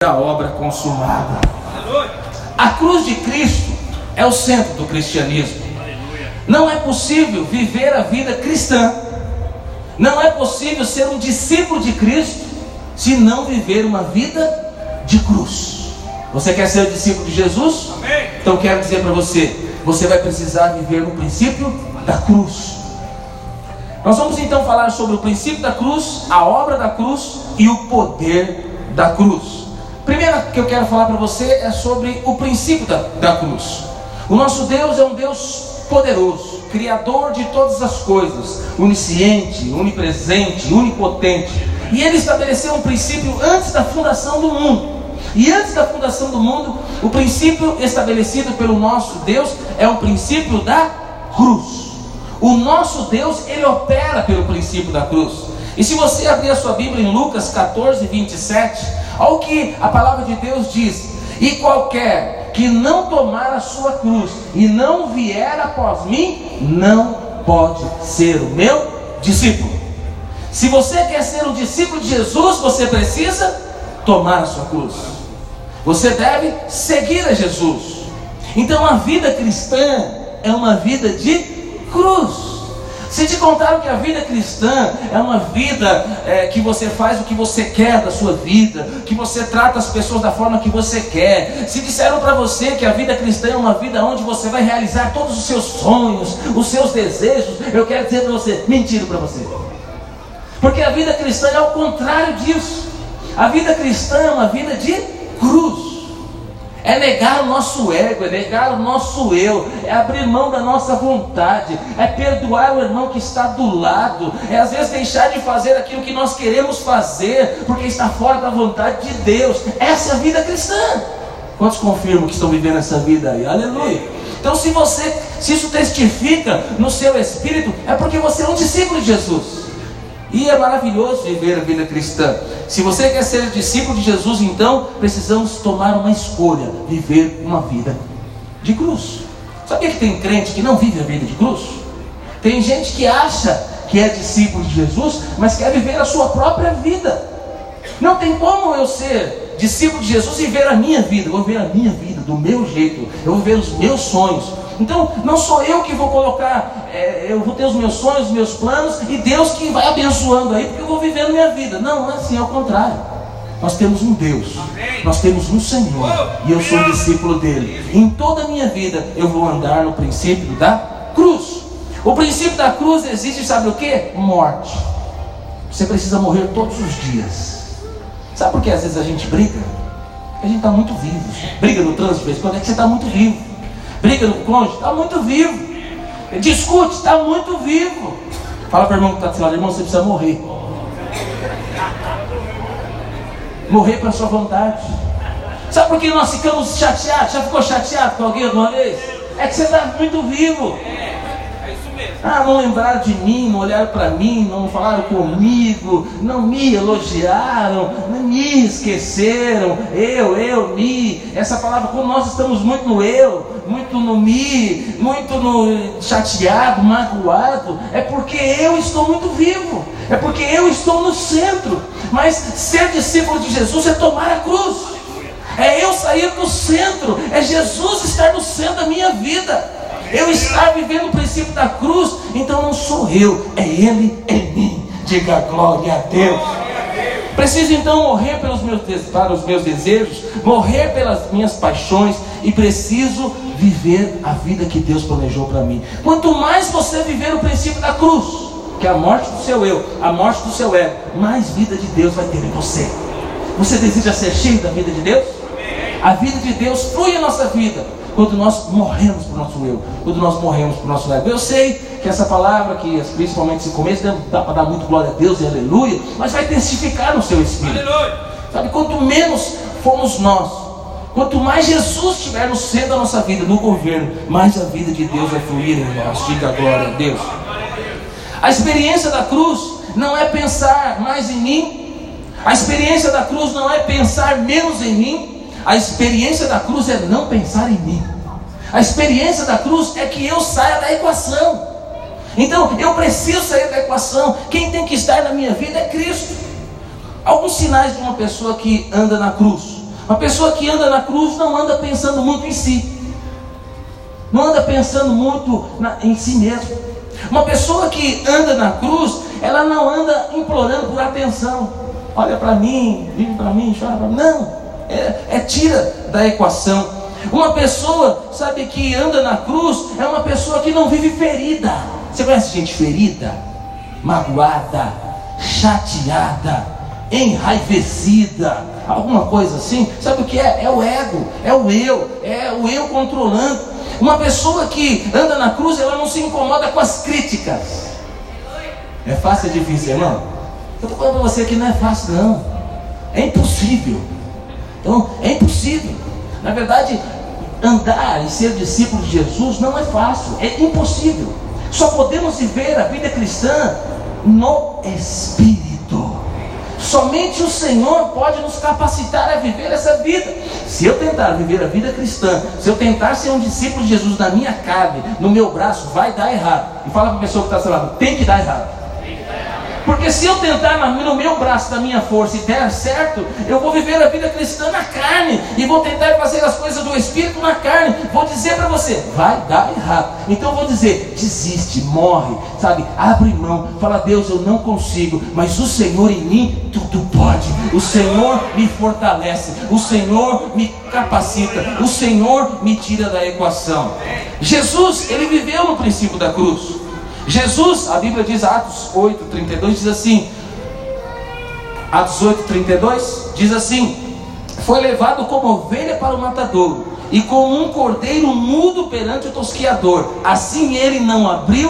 a obra consumada. A cruz de Cristo é o centro do cristianismo. Não é possível viver a vida cristã, não é possível ser um discípulo de Cristo se não viver uma vida de cruz. Você quer ser discípulo de Jesus? Amém. Então quero dizer para você, você vai precisar viver no princípio da cruz. Nós vamos então falar sobre o princípio da cruz, a obra da cruz e o poder da cruz. Primeiro que eu quero falar para você é sobre o princípio da cruz. O nosso Deus é um Deus poderoso, criador de todas as coisas, onisciente, onipresente, onipotente. E Ele estabeleceu um princípio antes da fundação do mundo. E antes da fundação do mundo, o princípio estabelecido pelo nosso Deus é o princípio da cruz. O nosso Deus, Ele opera pelo princípio da cruz. E se você abrir a sua Bíblia em Lucas 14, 27, olha o que a palavra de Deus diz: e qualquer que não tomar a sua cruz e não vier após mim, não pode ser o meu discípulo. Se você quer ser um discípulo de Jesus, você precisa tomar a sua cruz. Você deve seguir a Jesus. Então a vida cristã é uma vida de cruz. Se te contaram que a vida cristã é uma vida que você faz o que você quer da sua vida, que você trata as pessoas da forma que você quer, se disseram para você que a vida cristã é uma vida onde você vai realizar todos os seus sonhos, os seus desejos, eu quero dizer para você, mentira para você. Porque a vida cristã é o contrário disso. A vida cristã é uma vida de cruz. É negar o nosso ego, é negar o nosso eu, é abrir mão da nossa vontade, é perdoar o irmão que está do lado, é às vezes deixar de fazer aquilo que nós queremos fazer, porque está fora da vontade de Deus. Essa é a vida cristã. Quantos confirmam que estão vivendo essa vida aí? Aleluia. Então se isso testifica no seu espírito, é porque você é um discípulo de Jesus. E é maravilhoso viver a vida cristã. Se você quer ser discípulo de Jesus, então precisamos tomar uma escolha: viver uma vida de cruz. Sabia que tem crente que não vive a vida de cruz? Tem gente que acha que é discípulo de Jesus, mas quer viver a sua própria vida. Não tem como eu ser discípulo de Jesus e ver a minha vida. Eu vou ver a minha vida do meu jeito, eu vou ver os meus sonhos. Então não sou eu que vou colocar, eu vou ter os meus sonhos, os meus planos, e Deus que vai abençoando aí, porque eu vou vivendo minha vida. Não é assim, é o contrário. Nós temos um Deus, nós temos um Senhor, e eu sou um discípulo dele. Em toda a minha vida eu vou andar no princípio da cruz. O princípio da cruz exige, sabe o que? Morte. Você precisa morrer todos os dias. Sabe por que às vezes a gente briga? Porque a gente está muito vivo. Briga no trânsito, quando é que você está muito vivo? Briga no cônjuge, está muito vivo. Discute, está muito vivo. Fala para o irmão que está do seu lado: irmão, você precisa morrer. Morrer para a sua vontade. Sabe por que nós ficamos chateados? Já ficou chateado com alguém alguma vez? É que você está muito vivo. Não lembraram de mim, não olharam para mim, não falaram comigo, não me elogiaram, não me esqueceram. Me. Essa palavra, como nós estamos muito no eu, muito no me, muito no chateado, magoado, é porque eu estou muito vivo, é porque eu estou no centro. Mas ser discípulo de Jesus é tomar a cruz, é eu sair do centro, é Jesus estar no centro da minha vida. Eu estar vivendo o princípio da cruz. Então não sou eu, é Ele em mim. Diga glória a Deus. Preciso então morrer para os meus desejos, morrer pelas minhas paixões, e preciso viver a vida que Deus planejou para mim. Quanto mais você viver o princípio da cruz, que é a morte do seu eu, a morte do seu ego, mais vida de Deus vai ter em você. Você deseja ser cheio da vida de Deus? A vida de Deus flui em nossa vida quando nós morremos para o nosso eu, quando nós morremos para o nosso ego. Eu sei que essa palavra, que principalmente esse começo, dá para dar muito glória a Deus e aleluia, mas vai testificar no seu espírito. Aleluia. Sabe, quanto menos fomos nós, quanto mais Jesus estiver no centro da nossa vida, no governo, mais a vida de Deus vai fluir em nós. Diga glória a Deus. A experiência da cruz não é pensar mais em mim. A experiência da cruz não é pensar menos em mim. A experiência da cruz é não pensar em mim. A experiência da cruz é que eu saia da equação. Então eu preciso sair da equação. Quem tem que estar na minha vida é Cristo. Alguns sinais de uma pessoa que anda na cruz. Uma pessoa que anda na cruz não anda pensando muito em si, não anda pensando muito em si mesmo. Uma pessoa que anda na cruz, ela não anda implorando por atenção. Olha para mim, vive para mim, chora para mim. Não, tira da equação. Uma pessoa, sabe, que anda na cruz, é uma pessoa que não vive ferida. Você conhece gente ferida? Magoada, chateada, enraivecida, alguma coisa assim? Sabe o que é? É o ego, é o eu controlando. Uma pessoa que anda na cruz, ela não se incomoda com as críticas. É fácil ou difícil, irmão? Eu estou falando para você que não é fácil, não. É impossível. Então, é impossível. Na verdade, andar e ser discípulo de Jesus não é fácil, é impossível. Só podemos viver a vida cristã no Espírito. Somente o Senhor pode nos capacitar a viver essa vida. Se eu tentar viver a vida cristã, se eu tentar ser um discípulo de Jesus na minha carne, no meu braço, vai dar errado. E fala para a pessoa que está ao seu lado, tem que dar errado. Porque se eu tentar no meu braço, na minha força, e der certo, eu vou viver a vida cristã na carne, e vou tentar fazer as coisas do Espírito na carne. Vou dizer para você, vai dar errado. Então eu vou dizer, desiste, morre, sabe, abre mão, fala, Deus, eu não consigo, mas o Senhor em mim, tudo pode. O Senhor me fortalece, o Senhor me capacita, o Senhor me tira da equação. Jesus, ele viveu no princípio da cruz. Jesus, a Bíblia diz, Atos 8:32 diz assim, Atos 8:32 diz assim: foi levado como ovelha para o matadouro, e como um cordeiro mudo perante o tosquiador, assim ele não abriu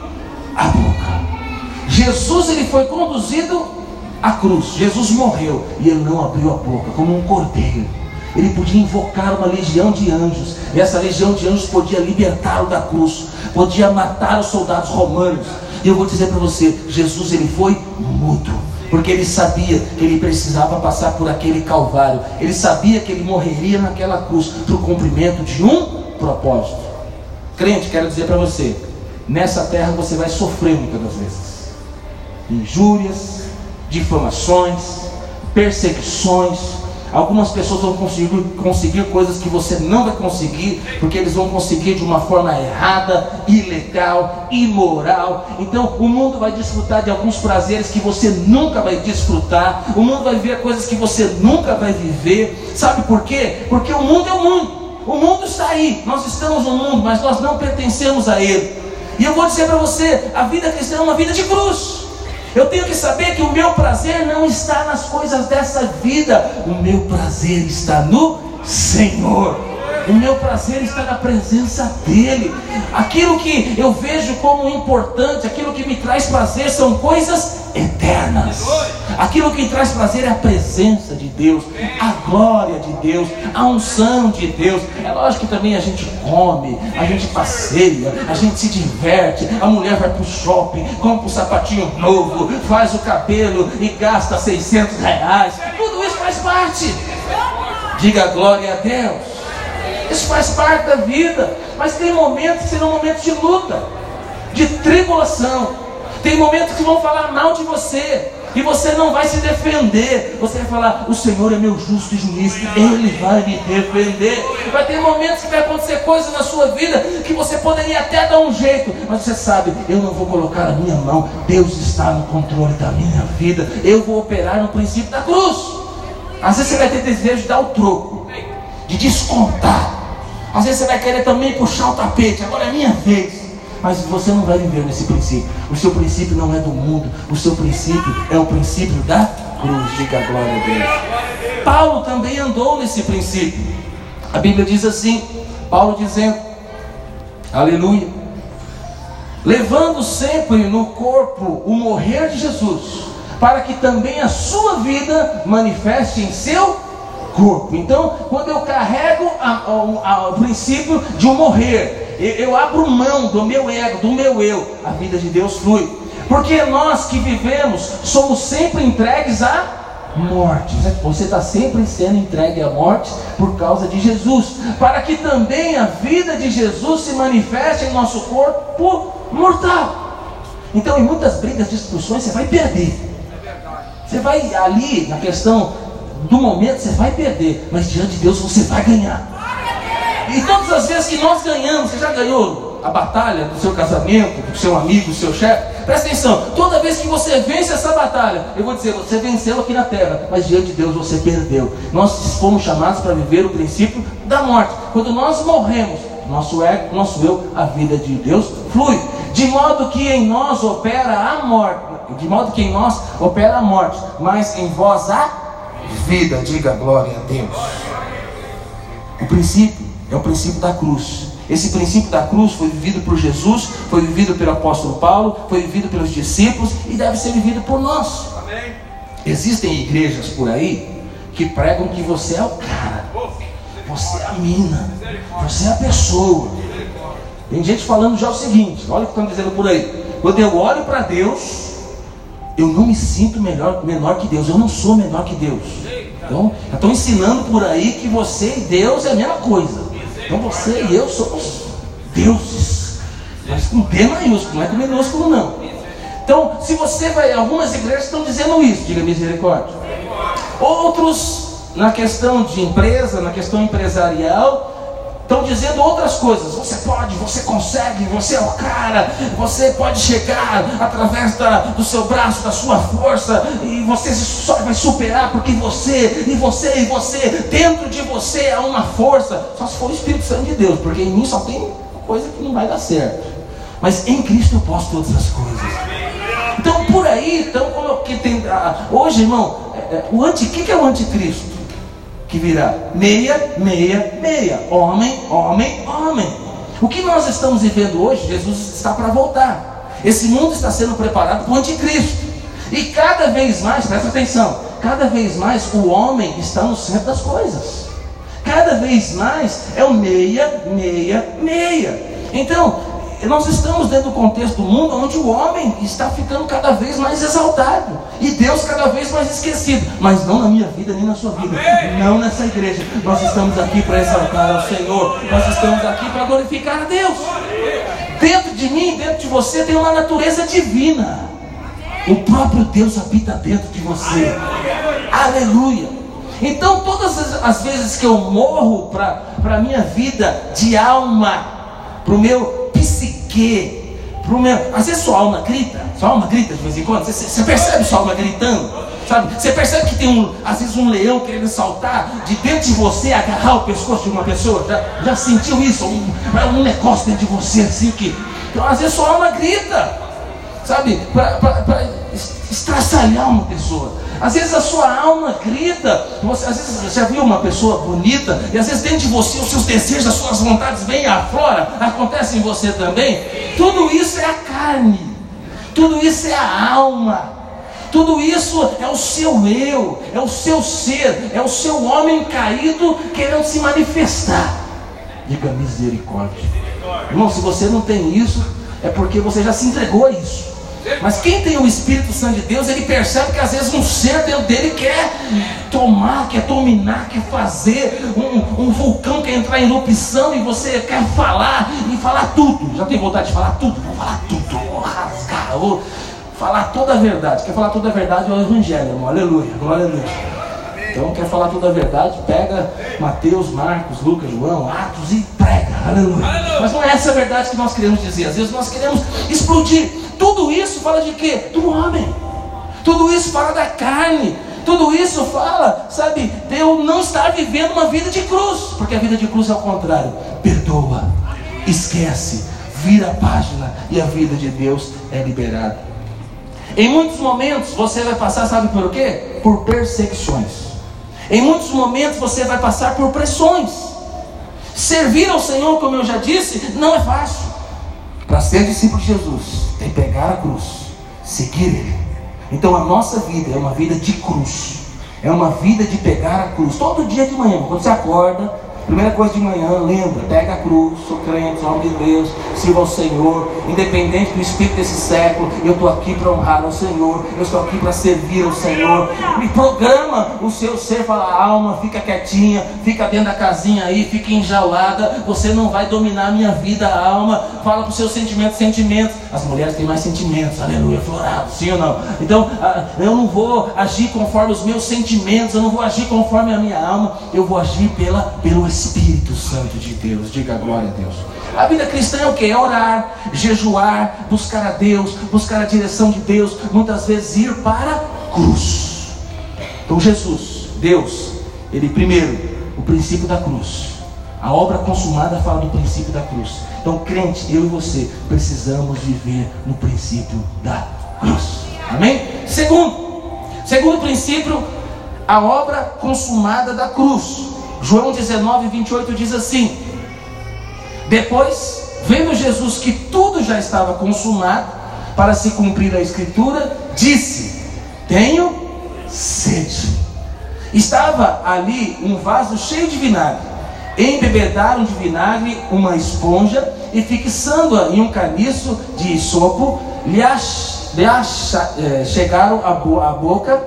a boca. Jesus, ele foi conduzido à cruz, Jesus morreu, e ele não abriu a boca, como um cordeiro. Ele podia invocar uma legião de anjos, e essa legião de anjos podia libertá-lo da cruz, podia matar os soldados romanos. E eu vou dizer para você, Jesus, ele foi mudo, porque ele sabia que ele precisava passar por aquele calvário. Ele sabia que ele morreria naquela cruz, para o cumprimento de um propósito. Crente, quero dizer para você, nessa terra você vai sofrer muitas das vezes injúrias, difamações, perseguições. Algumas pessoas vão conseguir coisas que você não vai conseguir, porque eles vão conseguir de uma forma errada, ilegal, imoral. Então o mundo vai desfrutar de alguns prazeres que você nunca vai desfrutar. O mundo vai viver coisas que você nunca vai viver. Sabe por quê? Porque o mundo é o mundo. O mundo está aí, nós estamos no mundo, mas nós não pertencemos a ele. E eu vou dizer para você, a vida cristã é uma vida de cruz. Eu tenho que saber que o meu prazer não está nas coisas dessa vida. O meu prazer está no Senhor. O meu prazer está na presença dEle. Aquilo que eu vejo como importante, aquilo que me traz prazer são coisas eternas. Aquilo que traz prazer é a presença de Deus, a glória de Deus, a unção de Deus. É lógico que também a gente come, a gente passeia, a gente se diverte. A mulher vai para o shopping, compra um sapatinho novo, faz o cabelo e gasta R$600. Tudo isso faz parte. Diga glória a Deus. Isso faz parte da vida. Mas tem momentos que serão momentos de luta, de tribulação. Tem momentos que vão falar mal de você, e você não vai se defender. Você vai falar, o Senhor é meu justo juiz, Ele vai me defender. Vai ter momentos que vai acontecer coisas na sua vida que você poderia até dar um jeito, mas você sabe, eu não vou colocar a minha mão. Deus está no controle da minha vida. Eu vou operar no princípio da cruz. Às vezes você vai ter desejo de dar o troco, de descontar. Às vezes você vai querer também puxar o tapete, agora é a minha vez. Mas você não vai viver nesse princípio. O seu princípio não é do mundo. O seu princípio é o princípio da cruz. Diga glória a Deus. Paulo também andou nesse princípio. A Bíblia diz assim, Paulo dizendo, aleluia, levando sempre no corpo o morrer de Jesus, para que também a sua vida manifeste em seu corpo. Então, quando eu carrego o princípio de um morrer, eu abro mão do meu ego, do meu eu, a vida de Deus flui. Porque nós que vivemos somos sempre entregues à morte. Você está sempre sendo entregue à morte por causa de Jesus, para que também a vida de Jesus se manifeste em nosso corpo mortal. Então, em muitas brigas, discussões, você vai perder. Você vai ali na questão no momento você vai perder, mas diante de Deus você vai ganhar. E todas as vezes que nós ganhamos, você já ganhou a batalha do seu casamento, do seu amigo, do seu chefe? Presta atenção, toda vez que você vence essa batalha, eu vou dizer, você venceu aqui na terra, mas diante de Deus você perdeu. Nós fomos chamados para viver o princípio da morte. Quando nós morremos, nosso ego, nosso eu, a vida de Deus flui. De modo que em nós opera a morte, mas em vós a vida. Diga glória a Deus. O princípio é o princípio da cruz. Esse princípio da cruz foi vivido por Jesus, foi vivido pelo apóstolo Paulo, foi vivido pelos discípulos e deve ser vivido por nós. Amém. Existem igrejas por aí que pregam que você é o cara, você é a mina, você é a pessoa. Tem gente falando já o seguinte, olha o que estão dizendo por aí: quando eu olho para Deus, eu não me sinto menor que Deus, eu não sou menor que Deus. Então, estão ensinando por aí que você e Deus é a mesma coisa. Então você e eu somos deuses, mas com D maiúsculo, não é com minúsculo não. Então, se você vai, algumas igrejas estão dizendo isso, diga misericórdia. Outros, na questão de empresa, na questão empresarial, estão dizendo outras coisas. Você pode, você consegue, você é o cara, você pode chegar através do seu braço, da sua força, e você só vai superar porque você, dentro de você há uma força. Só se for o Espírito Santo de Deus, porque em mim só tem coisa que não vai dar certo, mas em Cristo eu posso todas as coisas. Então por aí, hoje, irmão, o que é o anticristo? Que virá meia. Homem. O que nós estamos vivendo hoje, Jesus está para voltar. Esse mundo está sendo preparado para o anticristo. E cada vez mais, presta atenção, cada vez mais o homem está no centro das coisas. Cada vez mais é o meia. Então, nós estamos dentro do contexto do mundo onde o homem está ficando cada vez mais exaltado e Deus cada vez mais esquecido. Mas não na minha vida nem na sua vida. Amém. Não nessa igreja. Nós estamos aqui para exaltar ao Senhor. Nós estamos aqui para glorificar a Deus. Dentro de mim, dentro de você tem uma natureza divina. O próprio Deus habita dentro de você. Aleluia. Então todas as vezes que eu morro para a minha vida de alma, para o meu psique, às vezes sua alma grita de vez em quando. Você percebe sua alma gritando, sabe? Você percebe que tem às vezes um leão querendo saltar de dentro de você, agarrar o pescoço de uma pessoa. Já sentiu isso? Um negócio dentro de você assim que, então, às vezes sua alma grita, sabe? Para estraçalhar uma pessoa. Às vezes a sua alma grita. Às vezes você já viu uma pessoa bonita e às vezes dentro de você os seus desejos, as suas vontades vêm aflora. Acontece em você também. Tudo isso é a carne, tudo isso é a alma, tudo isso é o seu eu, é o seu ser, é o seu homem caído querendo se manifestar. Diga misericórdia. Irmão, se você não tem isso, é porque você já se entregou a isso. Mas quem tem o Espírito Santo de Deus, ele percebe que às vezes um ser dentro dele quer tomar, quer dominar, quer fazer um vulcão, quer entrar em erupção, e você quer falar e falar tudo. Já tem vontade de falar tudo? Vou falar tudo, vou rasgar, vou falar toda a verdade. Quer falar toda a verdade é o Evangelho, irmão. Aleluia, glória a Deus. Então quer falar toda a verdade, pega Mateus, Marcos, Lucas, João, Atos e prega, aleluia. Mas não é essa a verdade que nós queremos dizer. Às vezes nós queremos explodir. Tudo isso fala de quê? Do homem. Tudo isso fala da carne. Tudo isso fala, sabe, de eu não estar vivendo uma vida de cruz. Porque a vida de cruz é o contrário. Perdoa, esquece, vira a página e a vida de Deus é liberada. Em muitos momentos você vai passar, sabe por quê? Por perseguições. Em muitos momentos você vai passar por pressões. Servir ao Senhor, como eu já disse, não é fácil. Para ser discípulo de Jesus, tem que pegar a cruz, seguir Ele. Então a nossa vida é uma vida de cruz. É uma vida de pegar a cruz. Todo dia de manhã, quando você acorda, Primeira coisa de manhã, lembra, pega a cruz, sou crente, sou homem de Deus, sirva ao Senhor, independente do espírito desse século, eu estou aqui para honrar ao Senhor, eu estou aqui para servir ao Senhor. Me programa o seu ser, fala, alma, fica quietinha, fica dentro da casinha aí, fica enjaulada, você não vai dominar a minha vida, a alma. Fala para os seus sentimentos. As mulheres têm mais sentimentos, aleluia, florado, sim ou não? Então, eu não vou agir conforme os meus sentimentos, eu não vou agir conforme a minha alma, eu vou agir pelo Espírito Santo de Deus. Diga glória a Deus. A vida cristã é o que? É orar, jejuar, buscar a Deus, buscar a direção de Deus, muitas vezes ir para a cruz. Então Jesus, Deus, Ele primeiro, o princípio da cruz. A obra consumada fala do princípio da cruz. Então crente, eu e você, precisamos viver no princípio da cruz. Amém? Segundo princípio, a obra consumada da cruz. João 19, 28 diz assim: depois, vendo Jesus que tudo já estava consumado, para se cumprir a escritura, disse: tenho sede. Estava ali um vaso cheio de vinagre. Embebedaram de vinagre uma esponja e, fixando-a em um caniço de isopo, chegaram à boca.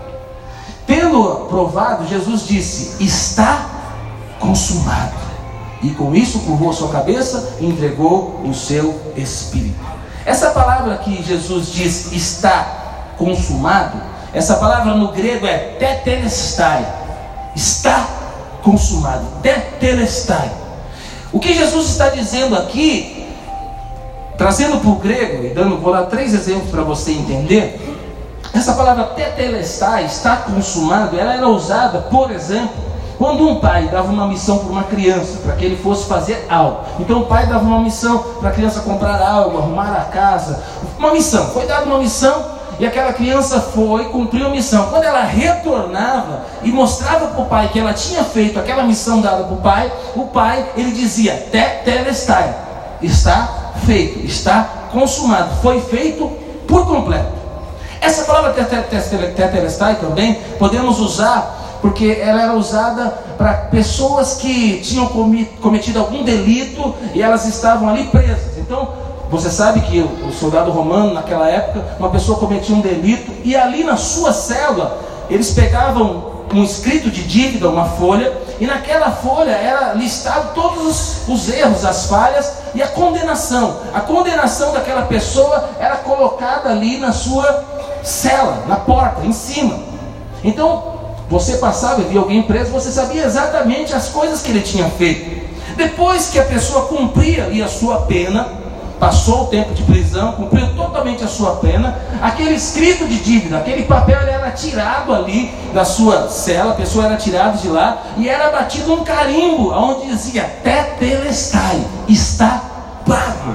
Tendo provado, Jesus disse: está consumado. E com isso curvou a sua cabeça e entregou o seu espírito. Essa palavra que Jesus diz, está consumado, essa palavra no grego é tetelestai. Está consumado, tetelestai. O que Jesus está dizendo aqui, trazendo para o grego, e vou dar 3 exemplos para você entender. Essa palavra tetelestai, está consumado, ela era usada, por exemplo, quando um pai dava uma missão para uma criança, para que ele fosse fazer algo. Então o pai dava uma missão para a criança comprar algo, arrumar a casa, uma missão, foi dada uma missão, e aquela criança foi, cumpriu a missão. Quando ela retornava e mostrava para o pai que ela tinha feito aquela missão dada para o pai, ele dizia, tetelestai, está feito, está consumado, foi feito por completo. Essa palavra tetelestai também podemos usar, porque ela era usada para pessoas que tinham cometido algum delito e elas estavam ali presas. Então, você sabe que o soldado romano, naquela época, uma pessoa cometia um delito e ali na sua célula, eles pegavam um escrito de dívida, uma folha, e naquela folha era listado todos os erros, as falhas e a condenação. A condenação daquela pessoa era colocada ali na sua cela, na porta, em cima. Então, você passava e via alguém preso, você sabia exatamente as coisas que ele tinha feito. Depois que a pessoa cumpria ali a sua pena, passou o tempo de prisão, cumpriu totalmente a sua pena, aquele escrito de dívida, aquele papel, ele era tirado ali da sua cela, a pessoa era tirada de lá e era batido um carimbo, onde dizia tetelestai, está pago.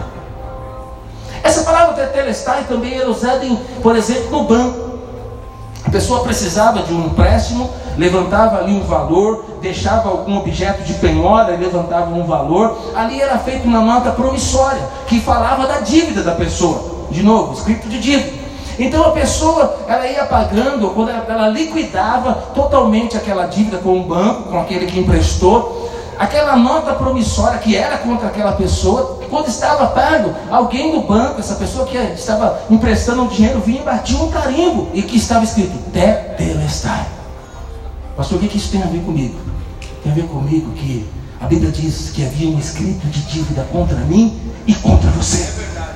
Essa palavra tetelestai também era usada, por exemplo, no banco. A pessoa precisava de um empréstimo, levantava ali um valor, deixava algum objeto de penhora e levantava um valor. Ali era feita uma nota promissória que falava da dívida da pessoa. De novo, escrito de dívida. Então a pessoa, ela ia pagando, quando ela liquidava totalmente aquela dívida com o banco, com aquele que emprestou, aquela nota promissória que era contra aquela pessoa, quando estava pago, alguém do banco, essa pessoa que estava emprestando o dinheiro, vinha e batia um carimbo e que estava escrito tetelestai. Pastor, o que isso tem a ver comigo? Tem a ver comigo que a Bíblia diz que havia um escrito de dívida contra mim e contra você.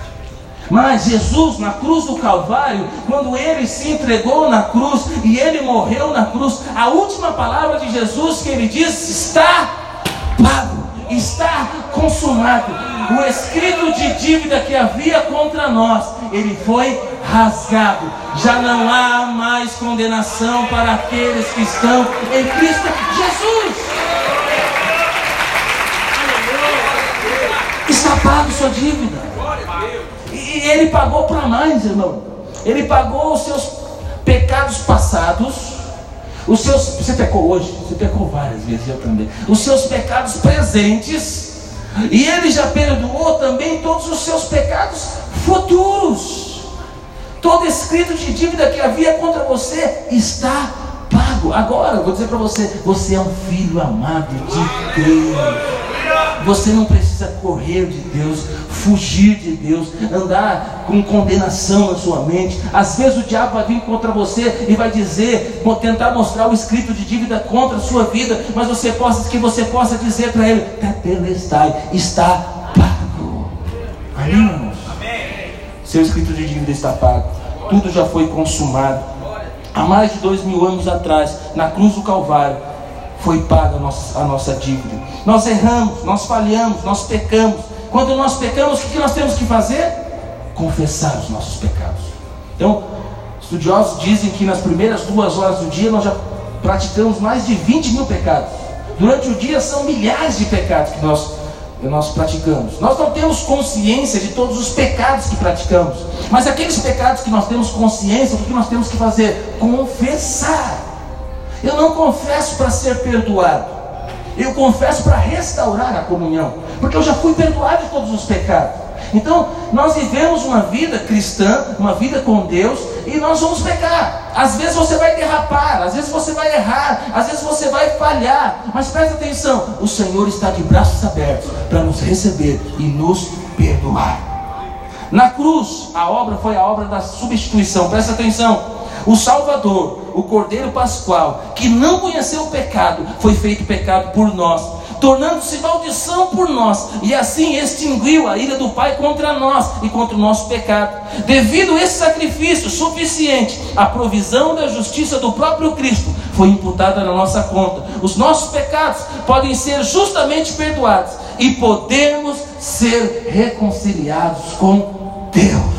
Mas Jesus, na cruz do Calvário, quando ele se entregou na cruz e ele morreu na cruz, a última palavra de Jesus que ele diz, está pago, está consumado. O escrito de dívida que havia contra nós, ele foi rasgado. Já não há mais condenação para aqueles que estão em Cristo Jesus. Está pago sua dívida. E ele pagou para mais, irmão. Ele pagou os seus pecados passados. Você pecou hoje? Você pecou várias vezes, eu também. Os seus pecados presentes. E ele já perdoou também todos os seus pecados futuros. Todo escrito de dívida que havia contra você está pago. pago. Agora, eu vou dizer para você, você é um filho amado de Deus. Você não precisa correr de Deus, fugir de Deus, andar com condenação na sua mente. Às vezes o diabo vai vir contra você e vai dizer, tentar mostrar o escrito de dívida contra a sua vida, mas que você possa dizer para ele: tetelestai, está pago. Amém, irmãos? Seu escrito de dívida está pago. Tudo já foi consumado. Há mais de 2000 anos atrás, na cruz do Calvário, foi paga a nossa dívida. Nós erramos, nós falhamos, nós pecamos. Quando nós pecamos, o que nós temos que fazer? Confessar os nossos pecados. Então, estudiosos dizem que nas primeiras 2 horas do dia nós já praticamos mais de 20 mil pecados. Durante o dia são milhares de pecados que nós praticamos. Nós não temos consciência de todos os pecados que praticamos, mas aqueles pecados que nós temos consciência, o que nós temos que fazer? Confessar. Eu não confesso para ser perdoado, eu confesso para restaurar a comunhão, porque eu já fui perdoado de todos os pecados. Então nós vivemos uma vida cristã, uma vida com Deus, e nós vamos pecar. Às vezes você vai derrapar, às vezes você vai errar, às vezes você vai falhar, mas presta atenção, o Senhor está de braços abertos para nos receber e nos perdoar. Na cruz, a obra foi a obra da substituição. Presta atenção, o Salvador, o Cordeiro Pascual, que não conheceu o pecado, foi feito pecado por nós, tornando-se maldição por nós, e assim extinguiu a ira do Pai contra nós e contra o nosso pecado. Devido a esse sacrifício suficiente, a provisão da justiça do próprio Cristo foi imputada na nossa conta. Os nossos pecados podem ser justamente perdoados e podemos ser reconciliados com Deus.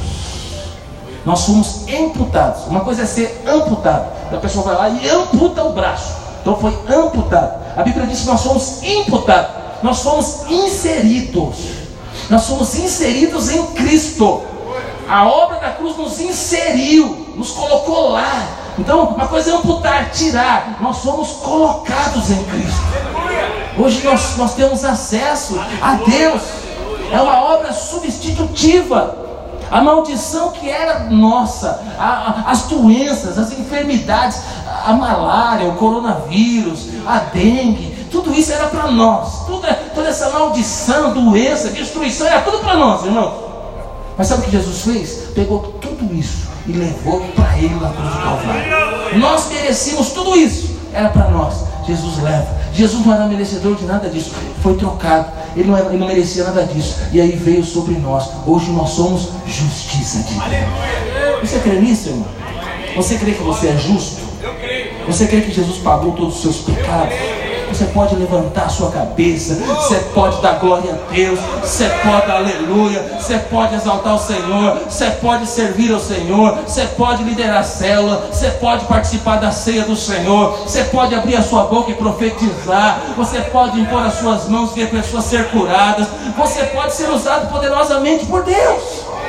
Nós somos imputados. Uma coisa é ser amputado, a pessoa vai lá e amputa o braço, então foi amputado. A Bíblia diz que nós somos imputados, nós somos inseridos. Nós somos inseridos em Cristo. A obra da cruz nos inseriu, nos colocou lá. Então, uma coisa é amputar, tirar. Nós somos colocados em Cristo. Hoje nós temos acesso a Deus. É uma obra substitutiva. A maldição que era nossa, as doenças, as enfermidades, a malária, o coronavírus, a dengue, tudo isso era para nós. Toda essa maldição, doença, destruição, era tudo para nós, irmão. Mas sabe o que Jesus fez? Pegou tudo isso e levou para Ele na cruz do Calvário. Nós merecíamos tudo isso, era para nós. Jesus leva. Jesus não era merecedor de nada disso, foi trocado. Ele não merecia nada disso, e aí veio sobre nós. Hoje nós somos justiça de Deus. Você crê nisso, irmão? Você crê que você é justo? Você crê que Jesus pagou todos os seus pecados? Você pode levantar a sua cabeça, você pode dar glória a Deus, você pode dar aleluia, você pode exaltar o Senhor, você pode servir ao Senhor, você pode liderar a célula, você pode participar da ceia do Senhor, você pode abrir a sua boca e profetizar, você pode impor as suas mãos e ver pessoas ser curadas, você pode ser usado poderosamente por Deus.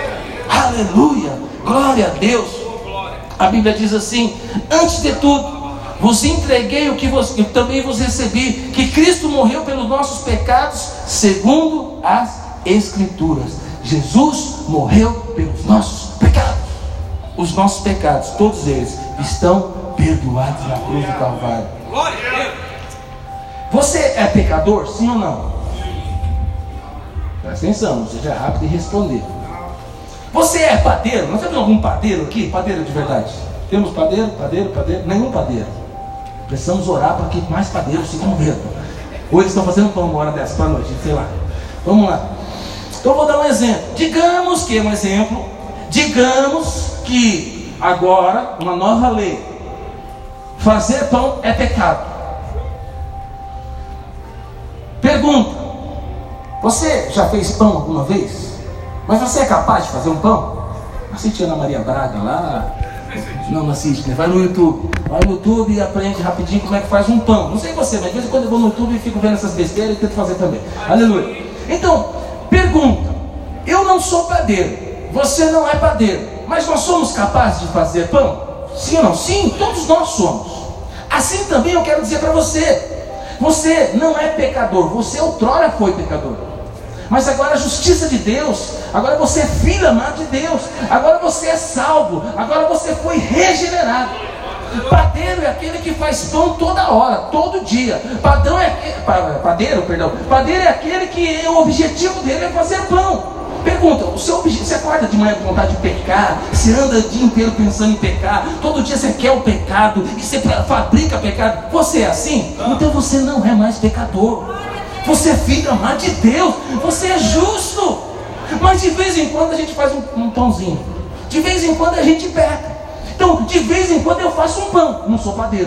Aleluia, glória a Deus. A Bíblia diz assim: antes de tudo, vos entreguei o que também vos recebi, que Cristo morreu pelos nossos pecados, segundo as Escrituras. Jesus morreu pelos nossos pecados. Os nossos pecados, todos eles, estão perdoados na cruz do Calvário. Você é pecador, sim ou não? Presta atenção, não seja rápido em responder. Você é padeiro? Nós temos algum padeiro aqui? Padeiro de verdade? Temos padeiro? Nenhum padeiro. Precisamos orar para que mais padeiros se convertam. Ou eles estão fazendo pão uma hora dessa para a noite, sei lá. Vamos lá. Então eu vou dar um exemplo. Digamos que agora, uma nova lei, fazer pão é pecado. Pergunta: você já fez pão alguma vez? Mas você é capaz de fazer um pão? Assiste Ana Maria Braga lá. Não assiste, né? Vai no YouTube e aprende rapidinho como é que faz um pão. Não sei você, mas de vez em quando eu vou no YouTube e fico vendo essas besteiras e tento fazer também. Aleluia. Então, pergunta: eu não sou padeiro, você não é padeiro, mas nós somos capazes de fazer pão? Sim ou não? Sim, todos nós somos. Assim também eu quero dizer para você: você não é pecador, você outrora foi pecador, mas agora a justiça de Deus, agora você é filho amado de Deus, agora você é salvo, agora você foi regenerado. Padeiro é aquele que faz pão toda hora, todo dia. Padeiro é aquele que o objetivo dele é fazer pão. Pergunta, o seu objetivo, você acorda de manhã com vontade de pecar, você anda o dia inteiro pensando em pecar, todo dia você quer o pecado e você fabrica pecado. Você é assim? Então você não é mais pecador. Você é filho amado de Deus, você é justo. Mas de vez em quando a gente faz um pãozinho, de vez em quando a gente peca. Então, de vez em quando eu faço um pão, não sou padeiro.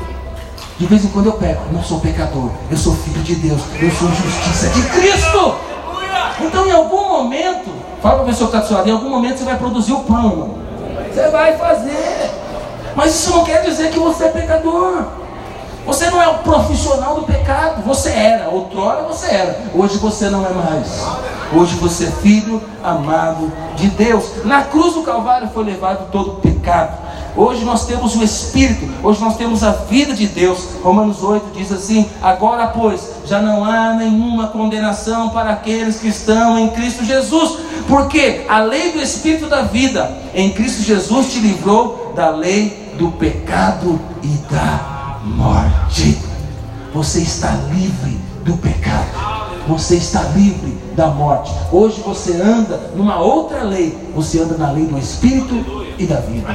De vez em quando eu peco, não sou pecador, eu sou filho de Deus, eu sou justiça de Cristo. Então, em algum momento, fala para a pessoa que está do seu lado, em algum momento você vai produzir o pão, irmão. Você vai fazer. Mas isso não quer dizer que você é pecador. Você não é o profissional do pecado. Você era, outrora você era. Hoje você não é mais. Hoje você é filho amado de Deus. Na cruz do Calvário foi levado todo o pecado. Hoje nós temos o Espírito, hoje nós temos a vida de Deus. Romanos 8 diz assim: agora pois, já não há nenhuma condenação para aqueles que estão em Cristo Jesus, porque a lei do Espírito da vida em Cristo Jesus te livrou da lei do pecado e da morte. Você está livre do pecado, você está livre da morte. Hoje você anda numa outra lei, você anda na lei do Espírito e da vida.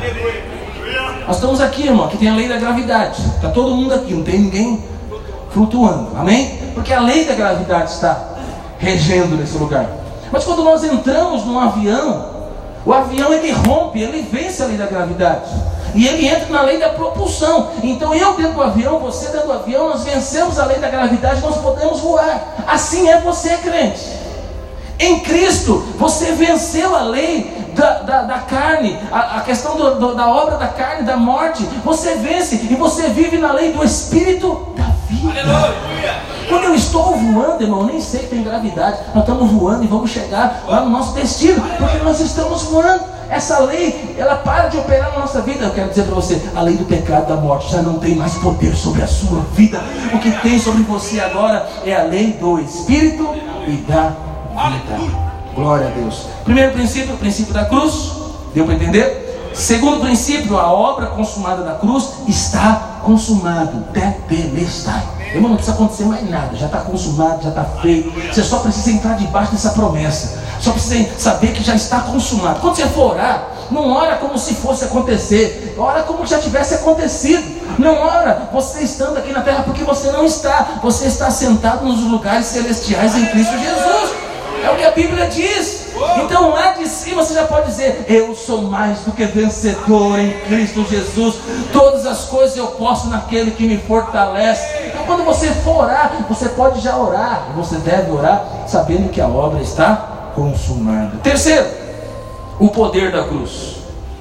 Nós estamos aqui, irmão, aqui tem a lei da gravidade. Está todo mundo aqui, não tem ninguém flutuando, amém? Porque a lei da gravidade está regendo nesse lugar. Mas quando nós entramos num avião, o avião ele rompe, ele vence a lei da gravidade. E ele entra na lei da propulsão. Então eu dentro do avião, você dentro do avião, nós vencemos a lei da gravidade, nós podemos voar. Assim é você, crente. Em Cristo, você venceu a lei da carne, a questão da obra da carne, da morte. Você vence e você vive na lei do Espírito da vida. Aleluia. Quando eu estou voando, irmão, nem sei que tem gravidade. Nós estamos voando e vamos chegar lá no nosso destino, porque nós estamos voando. Essa lei, ela para de operar na nossa vida. Eu quero dizer para você, a lei do pecado e da morte já não tem mais poder sobre a sua vida. O que tem sobre você agora é a lei do Espírito e da vida. Glória a Deus. Primeiro princípio, o princípio da cruz. Deu para entender? Segundo princípio, a obra consumada da cruz está consumado. Tetelestai. Irmão, não precisa acontecer mais nada. Já está consumado, já está feito. Você só precisa entrar debaixo dessa promessa. Só precisa saber que já está consumado. Quando você for orar, não ora como se fosse acontecer. Ora como se já tivesse acontecido. Não ora você estando aqui na terra, porque você não está. Você está sentado nos lugares celestiais em Cristo Jesus. É o que a Bíblia diz. Então lá de cima você já pode dizer: eu sou mais do que vencedor em Cristo Jesus. Todas as coisas eu posso naquele que me fortalece. Então quando você for orar, você pode já orar. Você deve orar sabendo que a obra está consumada. Terceiro, o poder da cruz.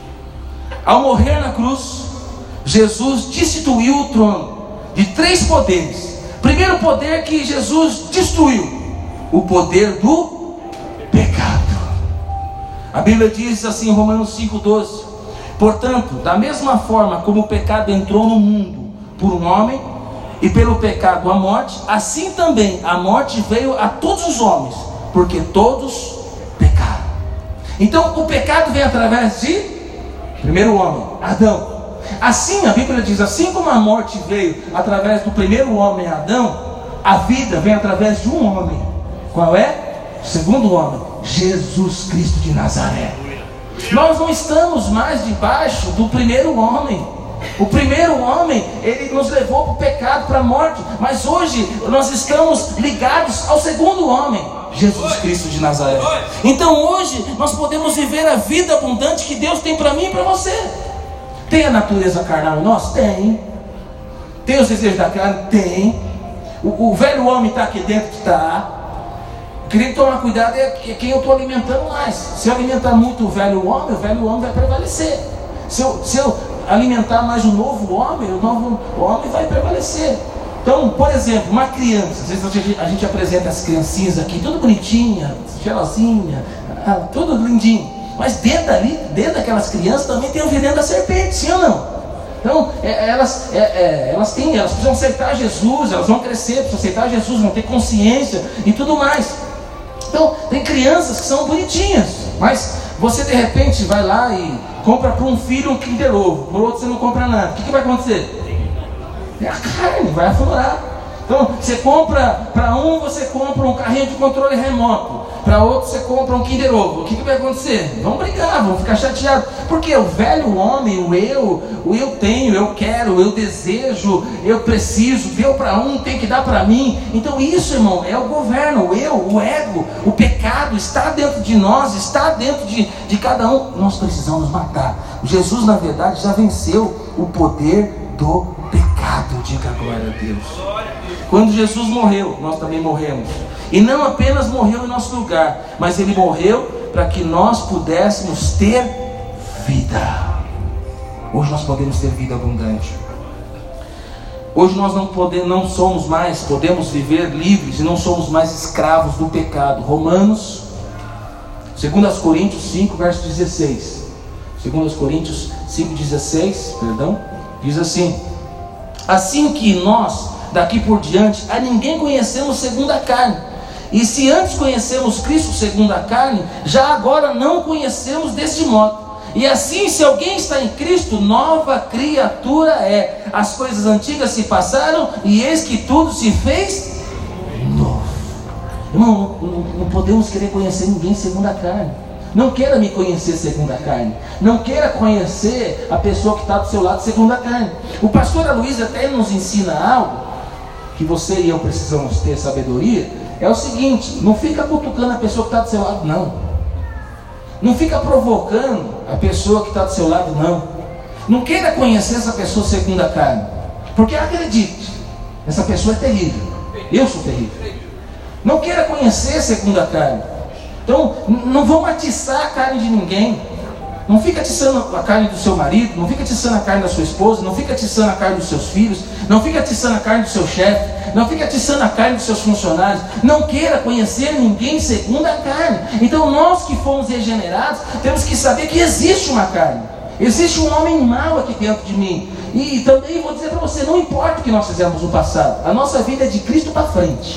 Ao morrer na cruz, Jesus destituiu o trono de 3 poderes. Primeiro poder que Jesus destruiu: o poder do pecado. A Bíblia diz assim em Romanos 5,12: portanto, da mesma forma como o pecado entrou no mundo por um homem, e pelo pecado a morte, assim também a morte veio a todos os homens, porque todos pecaram. Então o pecado vem através de primeiro homem, Adão. Assim a Bíblia diz, assim como a morte veio através do primeiro homem, Adão, a vida vem através de um homem. Qual é? O segundo homem, Jesus Cristo de Nazaré. Nós não estamos mais debaixo do primeiro homem. O primeiro homem, ele nos levou para o pecado, para a morte. Mas hoje nós estamos ligados ao segundo homem, Jesus Cristo de Nazaré. Então hoje nós podemos viver a vida abundante que Deus tem para mim e para você. Tem a natureza carnal em nós? Tem. Tem os desejos da carne? Tem. O velho homem está aqui dentro? Está. Queria tomar cuidado é quem eu estou alimentando mais. Se eu alimentar muito o velho homem vai prevalecer. Se eu alimentar mais o novo homem, o novo homem vai prevalecer. Então, por exemplo, uma criança, às vezes a gente apresenta as criancinhas aqui, tudo bonitinha, gelosinha, tudo lindinho. Mas dentro daquelas crianças também tem o veneno da serpente, sim ou não? Então, elas precisam aceitar Jesus, elas vão crescer, precisam aceitar Jesus, vão ter consciência e tudo mais. Então, tem crianças que são bonitinhas, mas você de repente vai lá compra para um filho um Kinder Ovo, para o outro você não compra nada, o que vai acontecer? A carne vai aflorar. Então, você compra, para um você compra um carrinho de controle remoto, para outro você compra um Kinder Ovo. O que vai acontecer? Vão brigar, vão ficar chateados. Porque o velho homem, o eu tenho, eu quero, eu desejo, eu preciso, deu para um, tem que dar para mim. Então isso, irmão, é o governo, o eu, o ego, o pecado está dentro de nós, está dentro de cada um. Nós precisamos matar. Jesus, na verdade, já venceu o poder do pecado. Diga glória a Deus. Quando Jesus morreu, nós também morremos. E não apenas morreu em nosso lugar, mas Ele morreu para que nós pudéssemos ter vida. Hoje nós podemos ter vida abundante. Hoje nós não somos mais, podemos viver livres e não somos mais escravos do pecado. Romanos, 2 Coríntios 5, verso 16. 2 Coríntios 5, 16, diz assim: assim que nós, daqui por diante, a ninguém conhecemos segundo a carne. E se antes conhecemos Cristo segundo a carne, já agora não conhecemos deste modo. E assim, se alguém está em Cristo, nova criatura é. As coisas antigas se passaram e eis que tudo se fez novo. Irmão, não podemos querer conhecer ninguém segundo a carne. Não queira me conhecer segundo a carne. Não queira conhecer a pessoa que está do seu lado segundo a carne. O pastor Aloysio até nos ensina algo que você e eu precisamos ter sabedoria. É o seguinte: não fica cutucando a pessoa que está do seu lado, não. Não fica provocando a pessoa que está do seu lado, não. Não queira conhecer essa pessoa segundo a carne, porque acredite, essa pessoa é terrível. Eu sou terrível. Não queira conhecer segundo a carne. Então, não vamos atiçar a carne de ninguém. Não fica atiçando a carne do seu marido, não fica atiçando a carne da sua esposa, não fica atiçando a carne dos seus filhos, não fica atiçando a carne do seu chefe, não fica atiçando a carne dos seus funcionários. Não queira conhecer ninguém segundo a carne. Então nós que fomos regenerados, temos que saber que existe uma carne, existe um homem mau aqui dentro de mim. E também vou dizer para você, não importa o que nós fizemos no passado, a nossa vida é de Cristo para frente.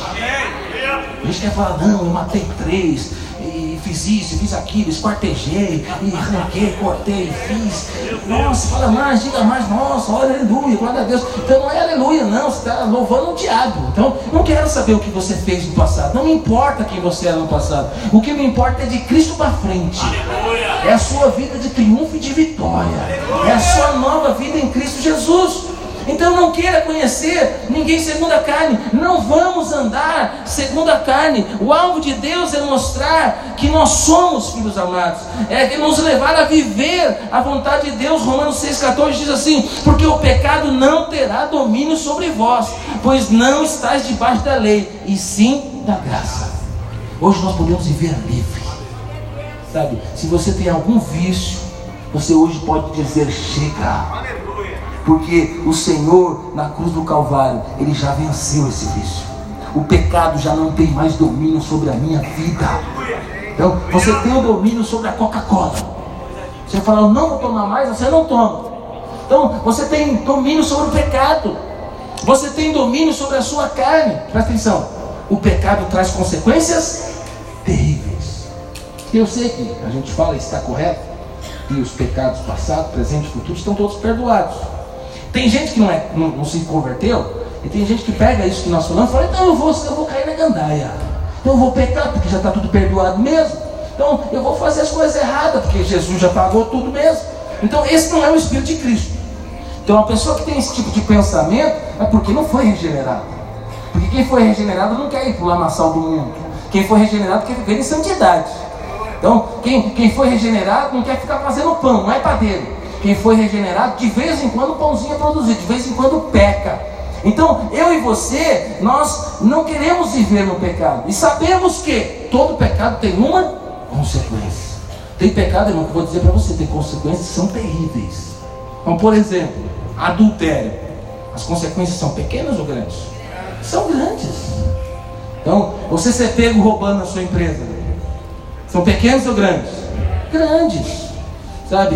A gente quer falar, não, eu matei 3, e fiz isso, fiz aquilo, esquartejei, e arranquei, cortei, fiz. Nossa, fala mais, diga mais, nossa, olha, aleluia, glória a Deus. Então não é aleluia, não, você está louvando o diabo. Então não quero saber o que você fez no passado, não me importa quem você era no passado. O que me importa é de Cristo para frente. É a sua vida de triunfo e de vitória. É a sua nova vida em Cristo Jesus. Então não queira conhecer ninguém segundo a carne. Não vamos andar segundo a carne. O alvo de Deus é mostrar que nós somos filhos amados, é nos levar a viver a vontade de Deus. Romanos 6,14 diz assim: porque o pecado não terá domínio sobre vós, pois não estáis debaixo da lei, e sim da graça. Hoje nós podemos viver livre. Sabe, se você tem algum vício, você hoje pode dizer chega. Porque o Senhor, na cruz do Calvário, Ele já venceu esse vício. O pecado já não tem mais domínio sobre a minha vida. Então, você tem o domínio sobre a Coca-Cola. Você fala, eu não vou tomar mais, você não toma. Então, você tem domínio sobre o pecado. Você tem domínio sobre a sua carne. Presta atenção, o pecado traz consequências terríveis. Eu sei que a gente fala, está correto, que os pecados passados, presente e futuro estão todos perdoados. Tem gente que não se converteu, e tem gente que pega isso que nós falamos e fala, então eu vou cair na gandaia, então eu vou pecar porque já está tudo perdoado mesmo, então eu vou fazer as coisas erradas porque Jesus já pagou tudo mesmo. Então esse não é o Espírito de Cristo. Então a pessoa que tem esse tipo de pensamento é porque não foi regenerado. Porque quem foi regenerado não quer ir para o lamaçal do mundo. Quem foi regenerado quer viver em santidade. Então quem foi regenerado não quer ficar fazendo pão, não é padeiro. Quem foi regenerado, de vez em quando o pãozinho é produzido, de vez em quando peca. Então, eu e você, nós não queremos viver no pecado. E sabemos que todo pecado tem uma consequência. Tem pecado, irmão, que eu vou dizer para você, tem consequências que são terríveis. Então, por exemplo, adultério. As consequências são pequenas ou grandes? São grandes. Então, você ser pego roubando na sua empresa. São pequenos ou grandes? Grandes. Sabe?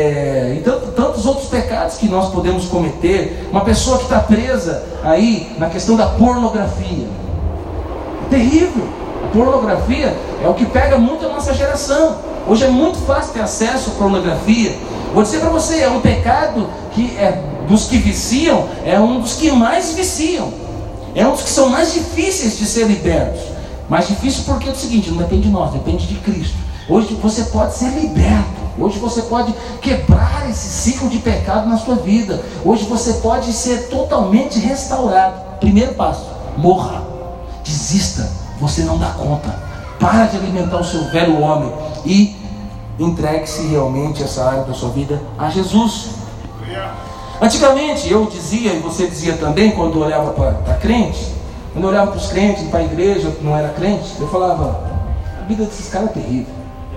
E tantos outros pecados que nós podemos cometer. Uma pessoa que está presa aí na questão da pornografia, terrível. A pornografia é o que pega muito a nossa geração. Hoje é muito fácil ter acesso à pornografia. Vou dizer para você, é um pecado que é dos que viciam, é um dos que mais viciam. É um dos que são mais difíceis de ser libertos. Mais difícil porque é o seguinte, não depende de nós, depende de Cristo. Hoje você pode ser liberto. Hoje você pode quebrar esse ciclo de pecado na sua vida. Hoje você pode ser totalmente restaurado. Primeiro passo, morra. Desista, você não dá conta. Para de alimentar o seu velho homem e entregue-se realmente essa área da sua vida a Jesus. Antigamente eu dizia, e você dizia também, quando eu olhava para crente, quando eu olhava para os crentes, para a igreja que não era crente, eu falava, a vida desses caras é terrível.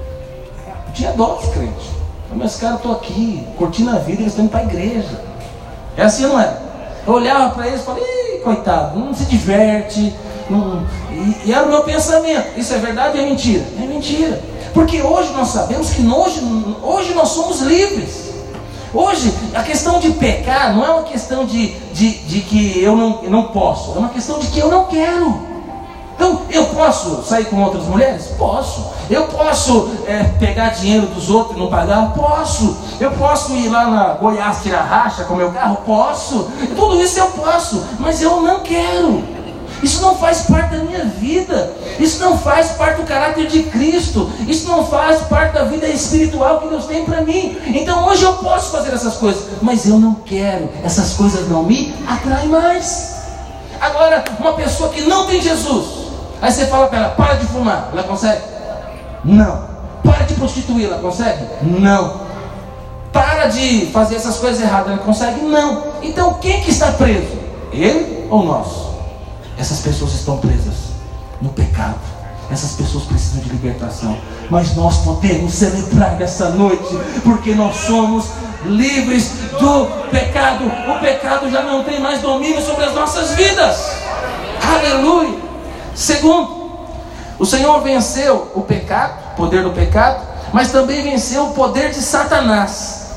Eu tinha dó dos crentes. Mas caras estão aqui, curtindo a vida, eles estão indo para a igreja. É assim, não é? Eu olhava para eles e falei, coitado, não se diverte. Não... E era o meu pensamento. Isso é verdade ou é mentira? É mentira. Porque hoje nós sabemos que hoje nós somos livres. Hoje a questão de pecar não é uma questão de que eu não posso. É uma questão de que eu não quero. Então, eu posso sair com outras mulheres? Posso. Eu posso pegar dinheiro dos outros e não pagar? Posso. Eu posso ir lá na Goiás tirar racha com meu carro? Posso. Tudo isso eu posso, mas eu não quero. Isso não faz parte da minha vida. Isso não faz parte do caráter de Cristo. Isso não faz parte da vida espiritual que Deus tem para mim. Então hoje eu posso fazer essas coisas, mas eu não quero. Essas coisas não me atraem mais. Agora, uma pessoa que não tem Jesus, aí você fala para ela, para de fumar, ela consegue? Não. Para de prostituir, ela consegue? Não. Para de fazer essas coisas erradas, ela consegue? Não. Então quem que está preso? Ele ou nós? Essas pessoas estão presas no pecado. Essas pessoas precisam de libertação. Mas nós podemos celebrar nessa noite, porque nós somos livres do pecado. O pecado já não tem mais domínio sobre as nossas vidas. Aleluia. Segundo, o Senhor venceu o pecado, o poder do pecado, mas também venceu o poder de Satanás.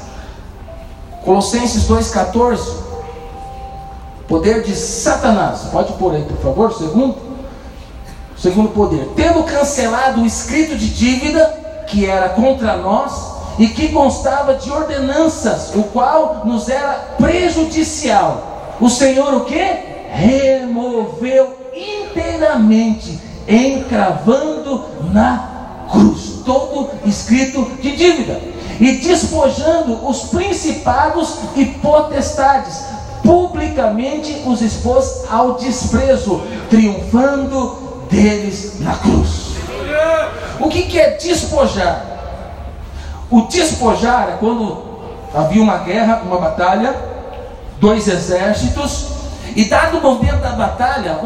Colossenses 2,14. Poder de Satanás. Pode pôr aí, por favor, segundo poder. Tendo cancelado o escrito de dívida que era contra nós e que constava de ordenanças, o qual nos era prejudicial. O Senhor o quê? Removeu inteiramente, encravando na cruz todo escrito de dívida e despojando os principados e potestades, publicamente os expôs ao desprezo, triunfando deles na cruz. O que é despojar? O despojar é quando havia uma guerra, uma batalha, dois exércitos, e dado o momento da batalha,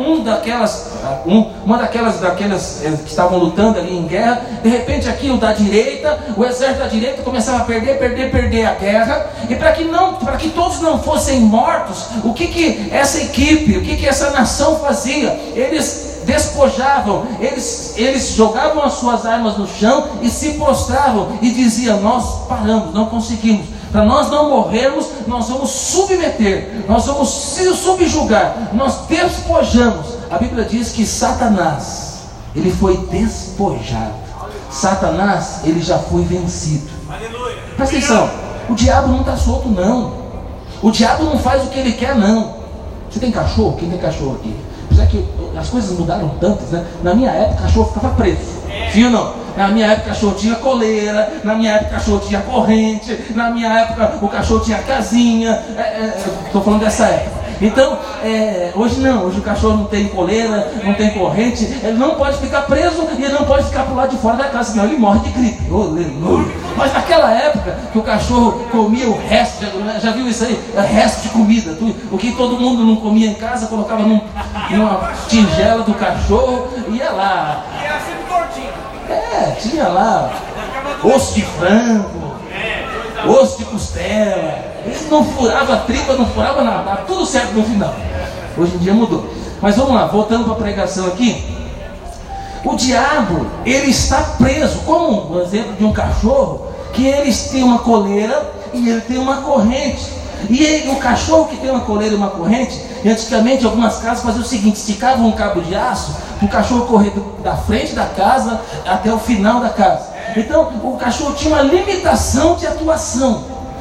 uma daquelas que estavam lutando ali em guerra, de repente aqui o da direita, o exército da direita começava a perder a guerra, e para que todos não fossem mortos, o que essa equipe, o que essa nação fazia? Eles despojavam, eles jogavam as suas armas no chão e se prostravam e diziam, nós paramos, não conseguimos. Para nós não morrermos, nós vamos submeter, nós vamos se subjugar, nós despojamos. A Bíblia diz que Satanás, ele foi despojado. Satanás, ele já foi vencido. Presta atenção, o diabo não está solto não. O diabo não faz o que ele quer não. Você tem cachorro? Quem tem cachorro aqui? Apesar que as coisas mudaram tantas, né? Na minha época, o cachorro ficava preso. Sim ou não? Na minha época o cachorro tinha coleira, na minha época o cachorro tinha corrente, na minha época o cachorro tinha casinha. Estou falando dessa época. Então, hoje não, hoje o cachorro não tem coleira, não tem corrente, ele não pode ficar preso e ele não pode ficar pro lado de fora da casa, senão ele morre de gripe. Aleluia. Mas naquela época que o cachorro comia o resto, já viu isso aí? Resto de comida, o que todo mundo não comia em casa, colocava numa tigela do cachorro e ia lá. E era sempre gordinho. Tinha lá osso de frango, osso de costela. Ele não furava a tripa, não furava nada, tudo certo no final. Hoje em dia mudou. Mas vamos lá, voltando para a pregação aqui. O diabo, ele está preso, como o exemplo de um cachorro, que eles têm uma coleira e ele tem uma corrente. E o cachorro que tem uma coleira e uma corrente, antigamente algumas casas faziam o seguinte, esticavam um cabo de aço para o cachorro correr da frente da casa até o final da casa. Então o cachorro tinha uma limitação de atuação.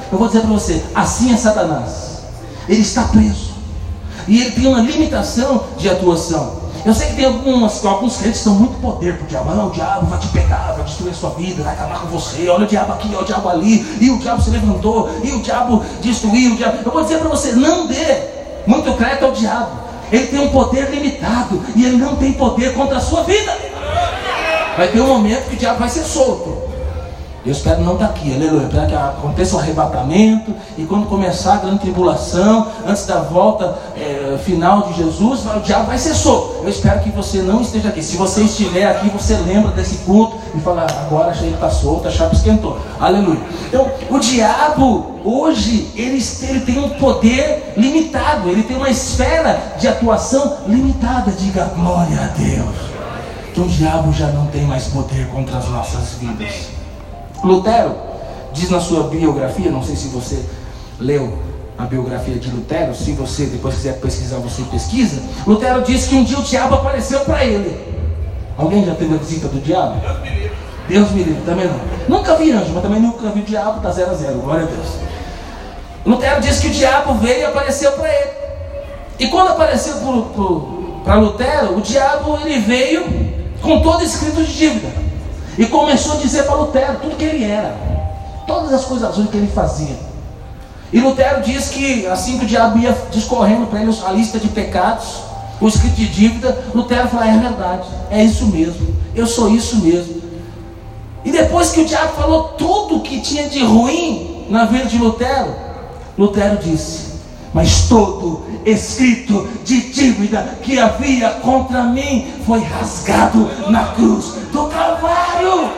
Eu vou dizer para você, assim é Satanás. Ele está preso. E ele tem uma limitação de atuação. Eu sei que tem alguns crentes que dão muito poder para o diabo. Não, o diabo vai te pegar, vai destruir a sua vida, vai acabar com você. Olha o diabo aqui, olha o diabo ali. E o diabo se levantou, e o diabo destruiu. Eu vou dizer para você, não dê muito crédito ao diabo. Ele tem um poder limitado e ele não tem poder contra a sua vida. Vai ter um momento que o diabo vai ser solto. Eu espero não estar aqui, aleluia. Espero que aconteça o arrebatamento. E quando começar a grande tribulação, antes da volta final de Jesus, o diabo vai ser solto. Eu espero que você não esteja aqui. Se você estiver aqui, você lembra desse culto e fala, agora achei que está solto, a chapa esquentou. Aleluia. Então, o diabo, hoje, ele tem um poder limitado. Ele tem uma esfera de atuação limitada. Diga glória a Deus. Então, o diabo já não tem mais poder contra as nossas vidas. Lutero diz na sua biografia, não sei se você leu a biografia de Lutero, se você depois quiser pesquisar, você pesquisa. Lutero diz que um dia o diabo apareceu para ele. Alguém já teve a visita do diabo? Deus me livre, também não. Nunca vi anjo, mas também nunca vi o diabo, tá 0 a 0, glória a Deus. Lutero diz que o diabo veio e apareceu para ele. E quando apareceu para Lutero, o diabo ele veio com todo escrito de dívida. E começou a dizer para Lutero tudo que ele era, todas as coisas ruins que ele fazia. E Lutero diz que assim que o diabo ia discorrendo para ele a lista de pecados, o escrito de dívida, Lutero falou, é verdade, é isso mesmo, eu sou isso mesmo. E depois que o diabo falou tudo que tinha de ruim na vida de Lutero, Lutero disse, mas todo escrito de dívida que havia contra mim foi rasgado na cruz do Calvário.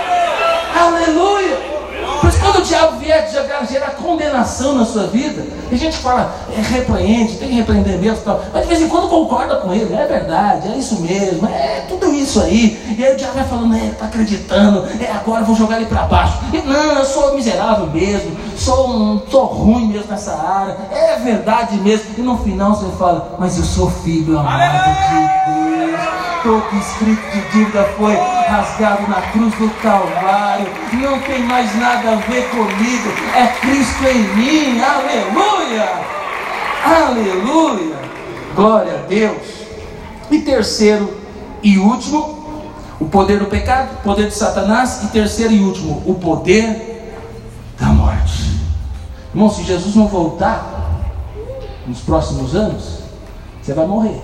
Aleluia. Por isso, quando o diabo vier gerar condenação na sua vida, a gente fala, repreende, tem que repreender mesmo, tal. Mas de vez em quando concorda com ele, é verdade, é isso mesmo, é tudo isso aí. E aí o diabo vai falando, está acreditando, agora eu vou jogar ele para baixo. E, não, eu sou miserável mesmo, sou ruim mesmo nessa área, é verdade mesmo. E no final você fala, mas eu sou filho amado de Deus. Todo escrito de dívida foi rasgado na cruz do Calvário. Não tem mais nada a ver comigo. É Cristo em mim. Aleluia! Aleluia! Glória a Deus. E terceiro e último, o poder do pecado, o poder de Satanás. E terceiro e último, o poder da morte. Irmão, se Jesus não voltar nos próximos anos, você vai morrer.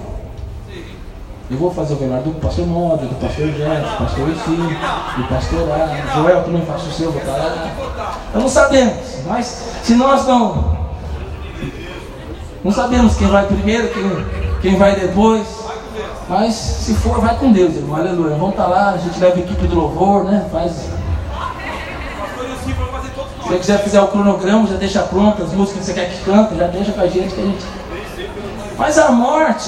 Eu vou fazer o velório do pastor Móvel, do pastor Jefferson, do pastor Lucinho, do pastor Joel, também faço o seu, vou estar lá. Nós não sabemos, mas se nós não sabemos quem vai primeiro, quem vai depois, mas se for, vai com Deus, irmão, aleluia. Vamos estar lá, a gente leva a equipe do louvor, né? Se você quiser fazer o cronograma, já deixa pronto, as músicas que você quer que cante, já deixa com a gente que a gente... Mas a morte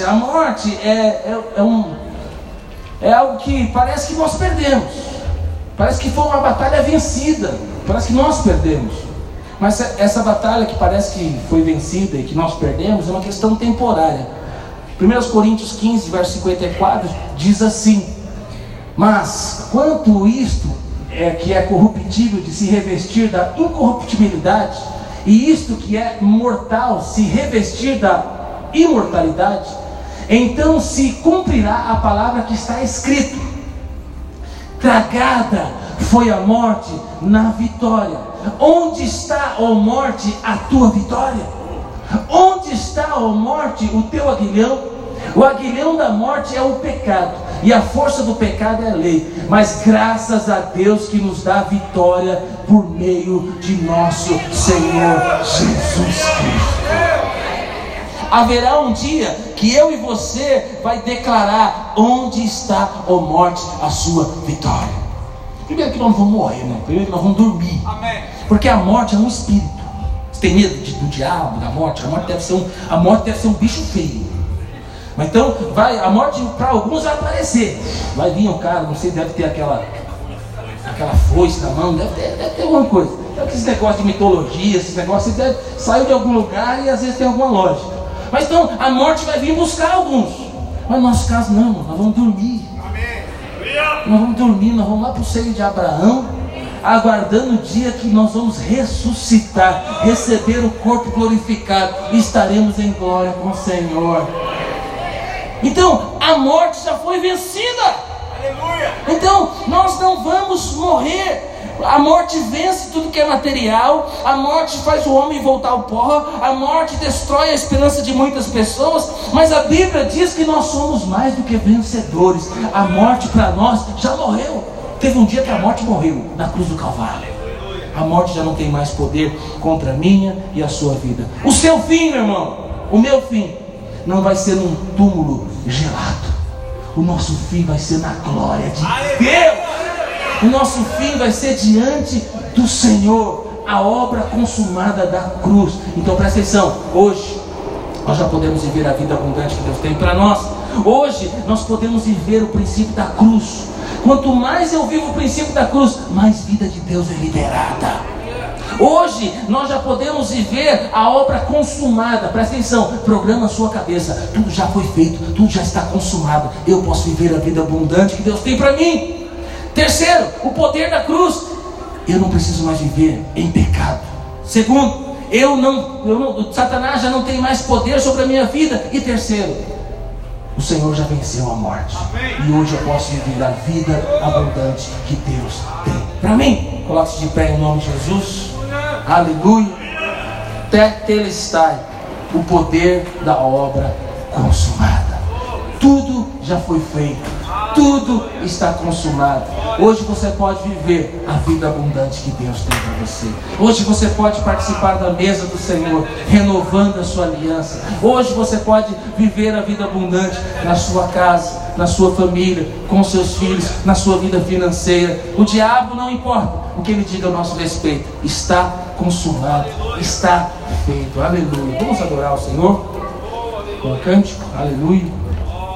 é algo que parece que nós perdemos. Parece que foi uma batalha vencida. Parece que nós perdemos. Mas essa batalha que parece que foi vencida e que nós perdemos é uma questão temporária. 1 Coríntios 15, verso 54 diz assim: mas quanto isto que é corruptível de se revestir da incorruptibilidade, e isto que é mortal se revestir da imortalidade, então se cumprirá a palavra que está escrito: tragada foi a morte na vitória. Onde está, ó morte, a tua vitória? Onde está, ó morte, o teu aguilhão? O aguilhão da morte é o pecado, e a força do pecado é a lei. Mas graças a Deus que nos dá vitória por meio de nosso Senhor Jesus Cristo. Haverá um dia que eu e você vai declarar onde está, ó morte, a sua vitória. Primeiro que nós não vamos morrer, não. Primeiro que nós vamos dormir. Amém. Porque a morte é um espírito. Você tem medo do diabo, da morte? A morte deve ser um bicho feio. Mas então, a morte para alguns vai aparecer. Vai vir um cara, não sei, deve ter aquela foice na mão, deve ter alguma coisa. Deve esse negócio de mitologia, esse negócio, saiu de algum lugar e às vezes tem alguma lógica. Mas então, a morte vai vir buscar alguns. Mas no nosso caso não, nós vamos dormir. Nós vamos dormir, nós vamos lá para o seio de Abraão. aguardando o dia que nós vamos ressuscitar, receber o corpo glorificado e estaremos em glória com o Senhor. Então, a morte já foi vencida. Então, nós não vamos morrer. A morte vence tudo que é material. A morte faz o homem voltar ao pó. A morte destrói a esperança de muitas pessoas. Mas a Bíblia diz que nós somos mais do que vencedores. A morte para nós já morreu. Teve um dia que a morte morreu na cruz do Calvário. A morte já não tem mais poder contra a minha e a sua vida. O seu fim, meu irmão, o meu fim, não vai ser num túmulo gelado. O nosso fim vai ser na glória de Deus. O nosso fim vai ser diante do Senhor, a obra consumada da cruz. Então presta atenção, hoje nós já podemos viver a vida abundante que Deus tem para nós. Hoje nós podemos viver o princípio da cruz. Quanto mais eu vivo o princípio da cruz, mais vida de Deus é liberada. Hoje nós já podemos viver a obra consumada. Presta atenção, programa a sua cabeça. Tudo já foi feito, tudo já está consumado. Eu posso viver a vida abundante que Deus tem para mim. Terceiro, o poder da cruz. Eu não preciso mais viver em pecado. Segundo, Satanás já não tem mais poder sobre a minha vida. E terceiro, o Senhor já venceu a morte. E hoje eu posso viver a vida abundante que Deus tem para mim. Coloque-se de pé em nome de Jesus. Aleluia. Tetelestai, o poder da obra consumada. Tudo já foi feito. Tudo está consumado. Hoje você pode viver a vida abundante que Deus tem para você. Hoje você pode participar da mesa do Senhor, renovando a sua aliança. Hoje você pode viver a vida abundante na sua casa, na sua família, com seus filhos, na sua vida financeira. O diabo não importa o que ele diga a nosso respeito. Está consumado, está feito. Aleluia. Vamos adorar o Senhor com um cântico. Aleluia.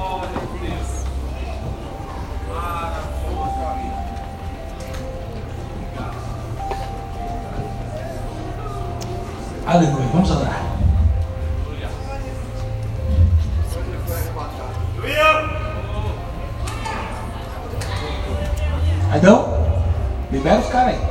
Aleluia, vamos orar. Adão, libera os caras aí.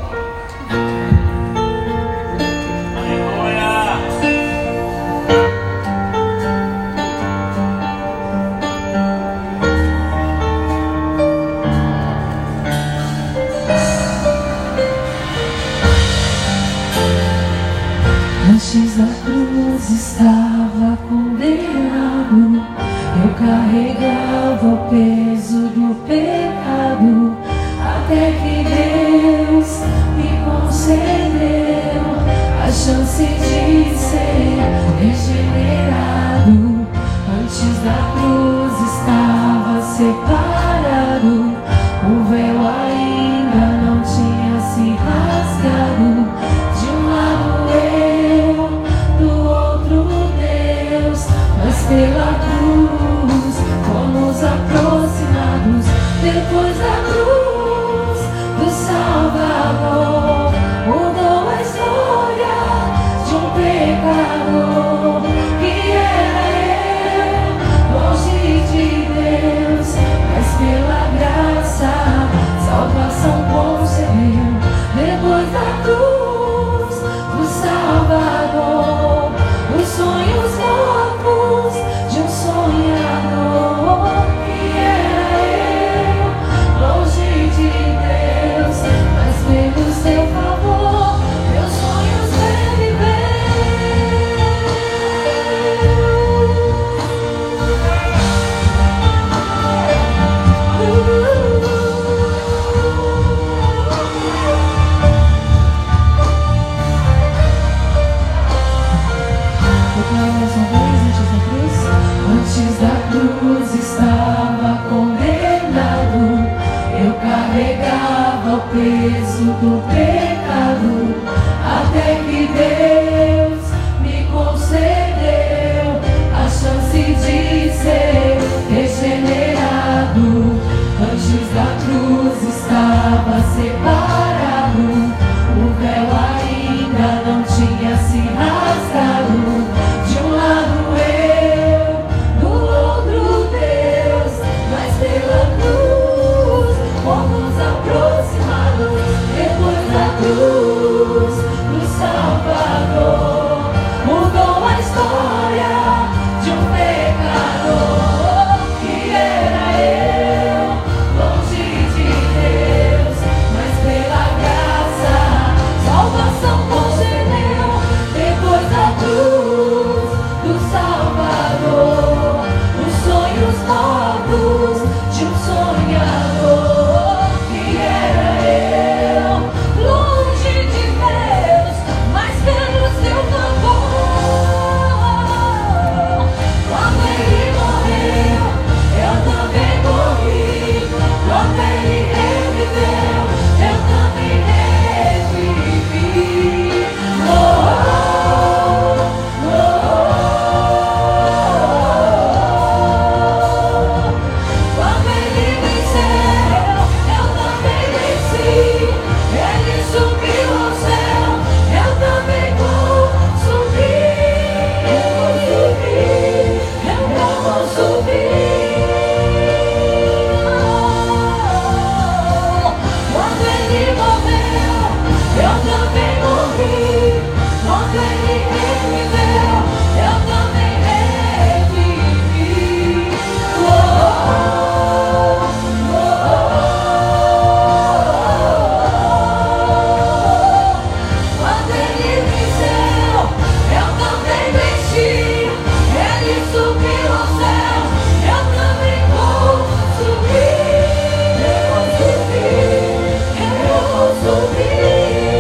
Antes da cruz estava condenado, eu carregava o peso do pecado, até que Deus me concedeu a chance de ser regenerado. Antes da cruz estava separado, o véu ainda não tinha se rasgado. De um lado eu, do outro Deus, mas pela cruz fomos aproximados. Depois da cruz do Salvador, mudou a história de um pecador que era eu, longe de Deus, mas pela graça salvação concedeu. Depois da cruz do Salvador, os sonhos mortos de um sonhador que era eu, longe quando Ele reviveu, eu também revivi. Oh, oh, oh. Quando Ele venceu, eu também venci. Ele subiu ao céu, eu também vou subir. Eu vou subir, eu vou subir. Quando Ele morreu, eu também morri. Quando Ele reviveu, eu também revivi. Oh, oh, oh, oh. Quando Ele venceu, eu também venci. Ele subiu ao céu, eu também vou subir. Eu vou subir, eu vou subir.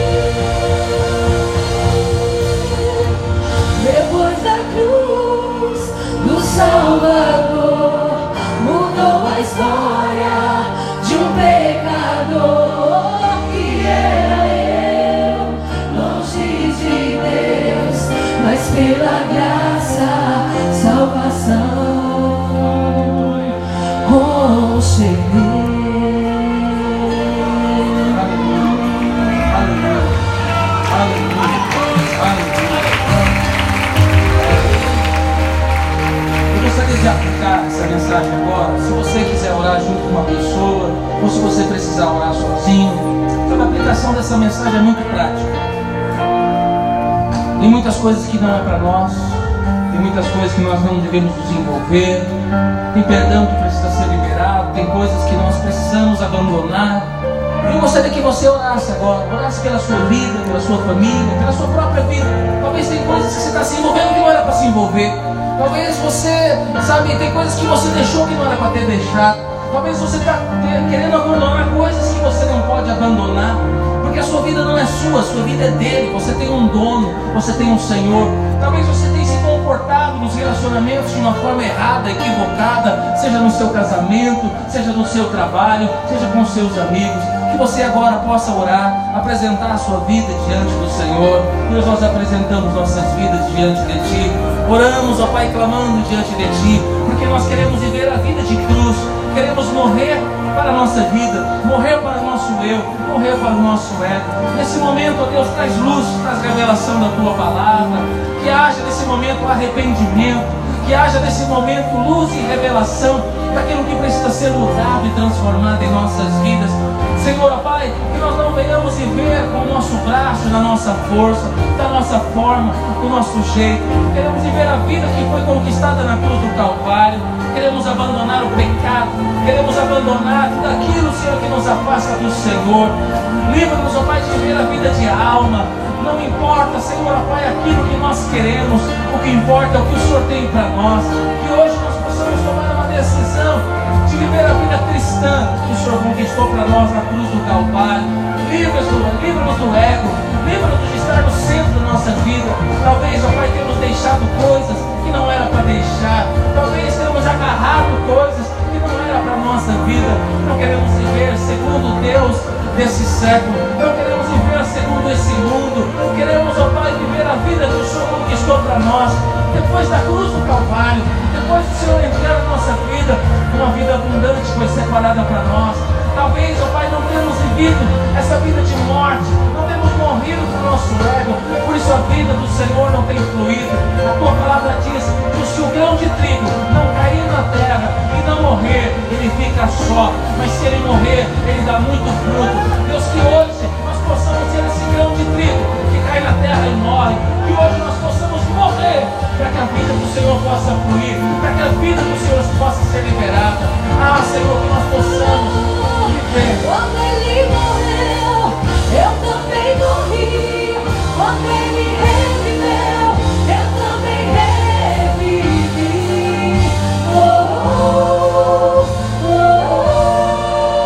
Depois da cruz do Salvador, mudou a história de um pecador que era eu, longe de Deus, mas pela graça, salvação, oh, cheguei. Eu gostaria de aplicar essa mensagem agora. Se você quiser orar junto com uma pessoa, ou se você precisar orar sozinho, então a aplicação dessa mensagem é muito prática. Tem muitas coisas que não é para nós, tem muitas coisas que nós não devemos nos envolver, tem perdão que precisa ser liberado, tem coisas que nós precisamos abandonar. Eu gostaria que você orasse agora, orasse pela sua vida, pela sua família, pela sua própria vida. Talvez tem coisas que você está se envolvendo que não era para se envolver. Talvez você, sabe, tem coisas que você deixou que não era para ter deixado. Talvez você está querendo abandonar coisas que você não pode abandonar. Porque a sua vida não é sua, a sua vida é dele. Você tem um dono, você tem um Senhor. Talvez você tenha se comportado nos relacionamentos de uma forma errada, equivocada, seja no seu casamento, seja no seu trabalho, seja com seus amigos. Que você agora possa orar, apresentar a sua vida diante do Senhor. Deus, nós apresentamos nossas vidas diante de Ti. Oramos, ó Pai, clamando diante de Ti, porque nós queremos viver a vida de cruz. Queremos morrer para a nossa vida, morrer para o nosso eu, morrer para o nosso ego. Nesse momento, ó Deus, traz luz, traz revelação da Tua palavra. Que haja nesse momento arrependimento, que haja nesse momento luz e revelação daquilo que precisa ser mudado e transformado em nossas vidas. Senhor, ó Pai, que nós não venhamos viver com o nosso braço, na nossa força, da nossa forma, do nosso jeito. Queremos viver a vida que foi conquistada na cruz do Calvário. Queremos abandonar o pecado, queremos abandonar tudo aquilo, Senhor, que nos afasta do Senhor. Livra-nos, ó Pai, de viver a vida de alma. Não importa, Senhor, ó Pai, aquilo que nós queremos, o que importa é o que o Senhor tem para nós. Que hoje nós possamos tomar uma decisão de viver a vida cristã que o Senhor conquistou para nós na cruz do Calvário. Livra-nos do ego, livra-nos de estar no centro da nossa vida. Talvez, ó Pai, tenhamos deixado coisas que não era para deixar. Talvez tenhamos agarrado coisas que não era para a nossa vida. Não queremos viver segundo Deus desse século. Não queremos viver segundo esse mundo. Queremos, ó Pai, viver a vida que o Senhor conquistou para nós. Depois da cruz do Calvário, depois do Senhor entrar na nossa vida, uma vida abundante foi separada para nós. Talvez, ó Pai, não tenhamos vivido essa vida de morte, não temos morrido para o nosso ego, por isso a vida do Senhor não tem fluído. A Tua palavra diz que o